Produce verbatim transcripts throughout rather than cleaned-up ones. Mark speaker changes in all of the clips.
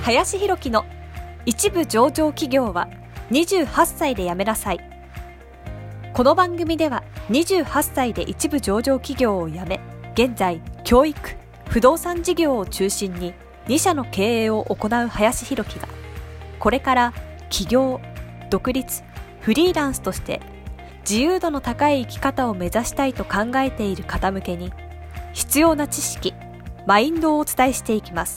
Speaker 1: 林弘樹の一部上場企業はにじゅうはっさいで辞めなさい。この番組ではにじゅうはっさいで一部上場企業を辞め、現在教育、不動産事業を中心にに社の経営を行う林弘樹が、これから起業、独立、フリーランスとして自由度の高い生き方を目指したいと考えている方向けに必要な知識、マインドをお伝えしていきます。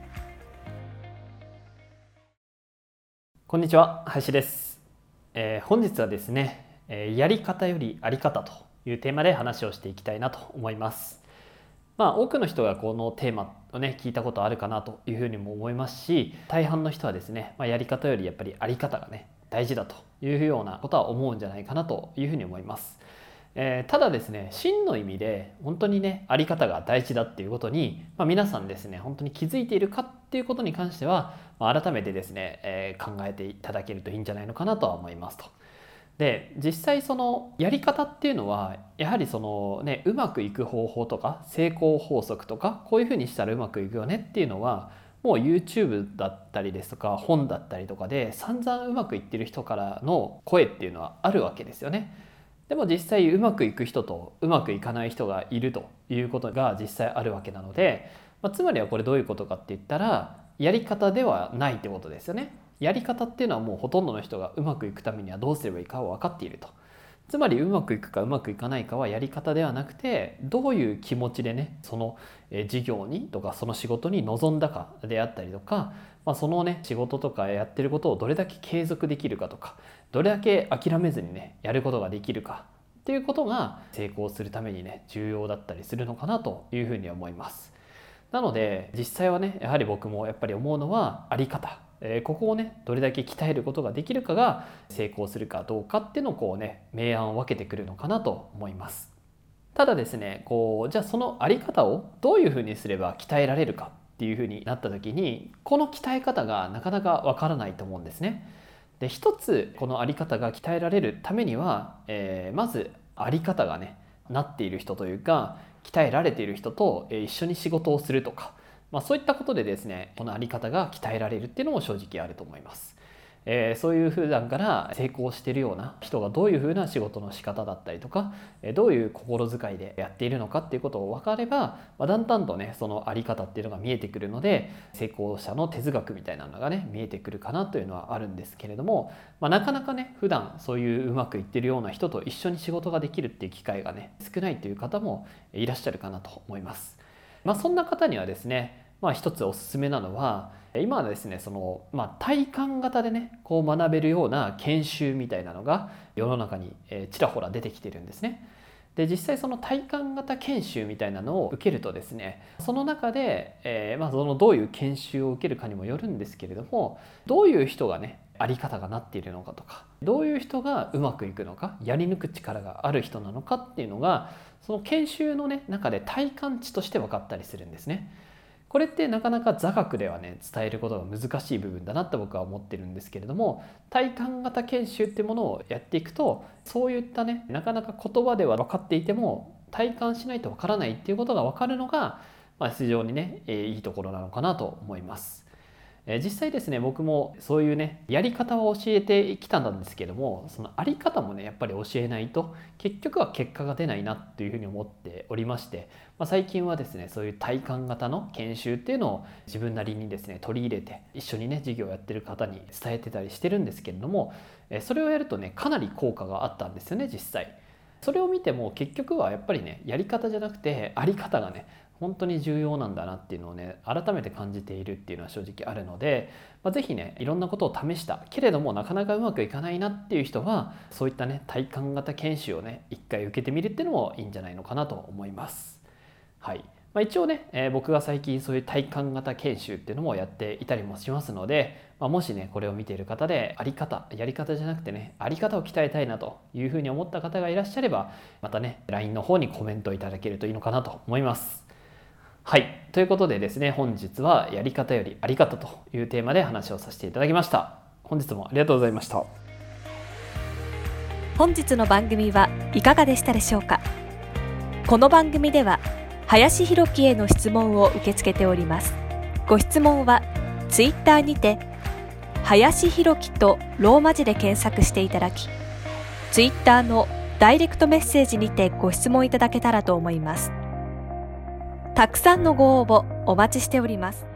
Speaker 2: こんにちは、林です。えー、本日はですね、えー、やり方よりあり方というテーマで話をしていきたいなと思います。まあ、多くの人がこのテーマをね聞いたことあるかなというふうにも思いますし、大半の人はですね、まあ、やり方よりやっぱりあり方がね大事だというようなことは思うんじゃないかなというふうに思います。えー、ただですね、真の意味で本当にねあり方が大事だっていうことに、まあ、皆さんですね本当に気づいているかっていうことに関しては、まあ、改めてですね、えー、考えていただけるといいんじゃないのかなとは思いますと。で、実際そのやり方っていうのはやはりそのねうまくいく方法とか成功法則とか、こういうふうにしたらうまくいくよねっていうのはもう YouTube だったりですとか本だったりとかで散々うまくいってる人からの声っていうのはあるわけですよね。でも実際うまくいく人とうまくいかない人がいるということが実際あるわけなので、まあ、つまりはこれどういうことかって言ったら、やり方ではないってことですよね。やり方っていうのはもうほとんどの人がうまくいくためにはどうすればいいかを分かっていると。つまりうまくいくかうまくいかないかはやり方ではなくて、どういう気持ちでねその事業にとかその仕事に臨んだかであったりとか、まあ、そのね仕事とかやってることをどれだけ継続できるかとか、どれだけ諦めずにねやることができるかっていうことが成功するためにね重要だったりするのかなというふうに思います。なので実際はねやはり僕もやっぱり思うのはあり方、えー、ここをねどれだけ鍛えることができるかが成功するかどうかっていうのをこうね明暗を分けてくるのかなと思います。ただですね、こうじゃあそのあり方をどういうふうにすれば鍛えられるかっていうふうになった時に、この鍛え方がなかなかわからないと思うんですね。で、一つこのあり方が鍛えられるためには、えー、まずあり方がねなっている人というか鍛えられている人と一緒に仕事をするとか、まあ、そういったことでですねこのあり方が鍛えられるっていうのも正直あると思います。えー、そういう普段から成功しているような人がどういうふうな仕事の仕方だったりとか、どういう心遣いでやっているのかっていうことを分かれば、まあ、だんだんとねそのあり方っていうのが見えてくるので、成功者の哲学みたいなのがね見えてくるかなというのはあるんですけれども、まあ、なかなかね普段そういううまくいってるような人と一緒に仕事ができるっていう機会がね少ないという方もいらっしゃるかなと思います。まあ、そんな方にはですね、まあ、一つおすすめなのは、今はですねその、まあ、体感型でねこう学べるような研修みたいなのが世の中にちらほら出てきてるんですね。で、実際その体感型研修みたいなのを受けるとですね、その中で、えーまあ、そのどういう研修を受けるかにもよるんですけれども、どういう人がねあり方がなっているのかとか、どういう人がうまくいくのか、やり抜く力がある人なのかっていうのがその研修のね中で体感値として分かったりするんですね。これってなかなか座学ではね伝えることが難しい部分だなって僕は思ってるんですけれども、体感型研修っていうものをやっていくと、そういったねなかなか言葉では分かっていても体感しないと分からないっていうことが分かるのが、まあ、非常にねいいところなのかなと思います。実際ですね僕もそういうねやり方を教えてきたんですけども、そのあり方もねやっぱり教えないと結局は結果が出ないなというふうに思っておりまして、まあ、最近はですねそういう体感型の研修っていうのを自分なりにですね取り入れて一緒にね授業をやってる方に伝えてたりしてるんですけれども、それをやるとねかなり効果があったんですよね。実際それを見ても結局はやっぱりねやり方じゃなくてあり方がね本当に重要なんだなっていうのをね改めて感じているっていうのは正直あるので、まあ、ぜひねいろんなことを試したけれどもなかなかうまくいかないなっていう人は、そういったね体感型研修をね一回受けてみるっていうのもいいんじゃないのかなと思います。はい。まあ、一応ね、えー、僕が最近そういう体感型研修っていうのもやっていたりもしますので、まあ、もしねこれを見ている方であり方やり方じゃなくてねあり方を鍛えたいなというふうに思った方がいらっしゃれば、またね ライン の方にコメントいただけるといいのかなと思います。はい、ということでですね、本日はやり方よりあり方というテーマで話をさせていただきました。本日もありがとうございました。
Speaker 1: 本日の番組はいかがでしたでしょうか。この番組では林弘樹への質問を受け付けております。ご質問はツイッターにて林弘樹とローマ字で検索していただき、ツイッターのダイレクトメッセージにてご質問いただけたらと思います。たくさんのご応募お待ちしております。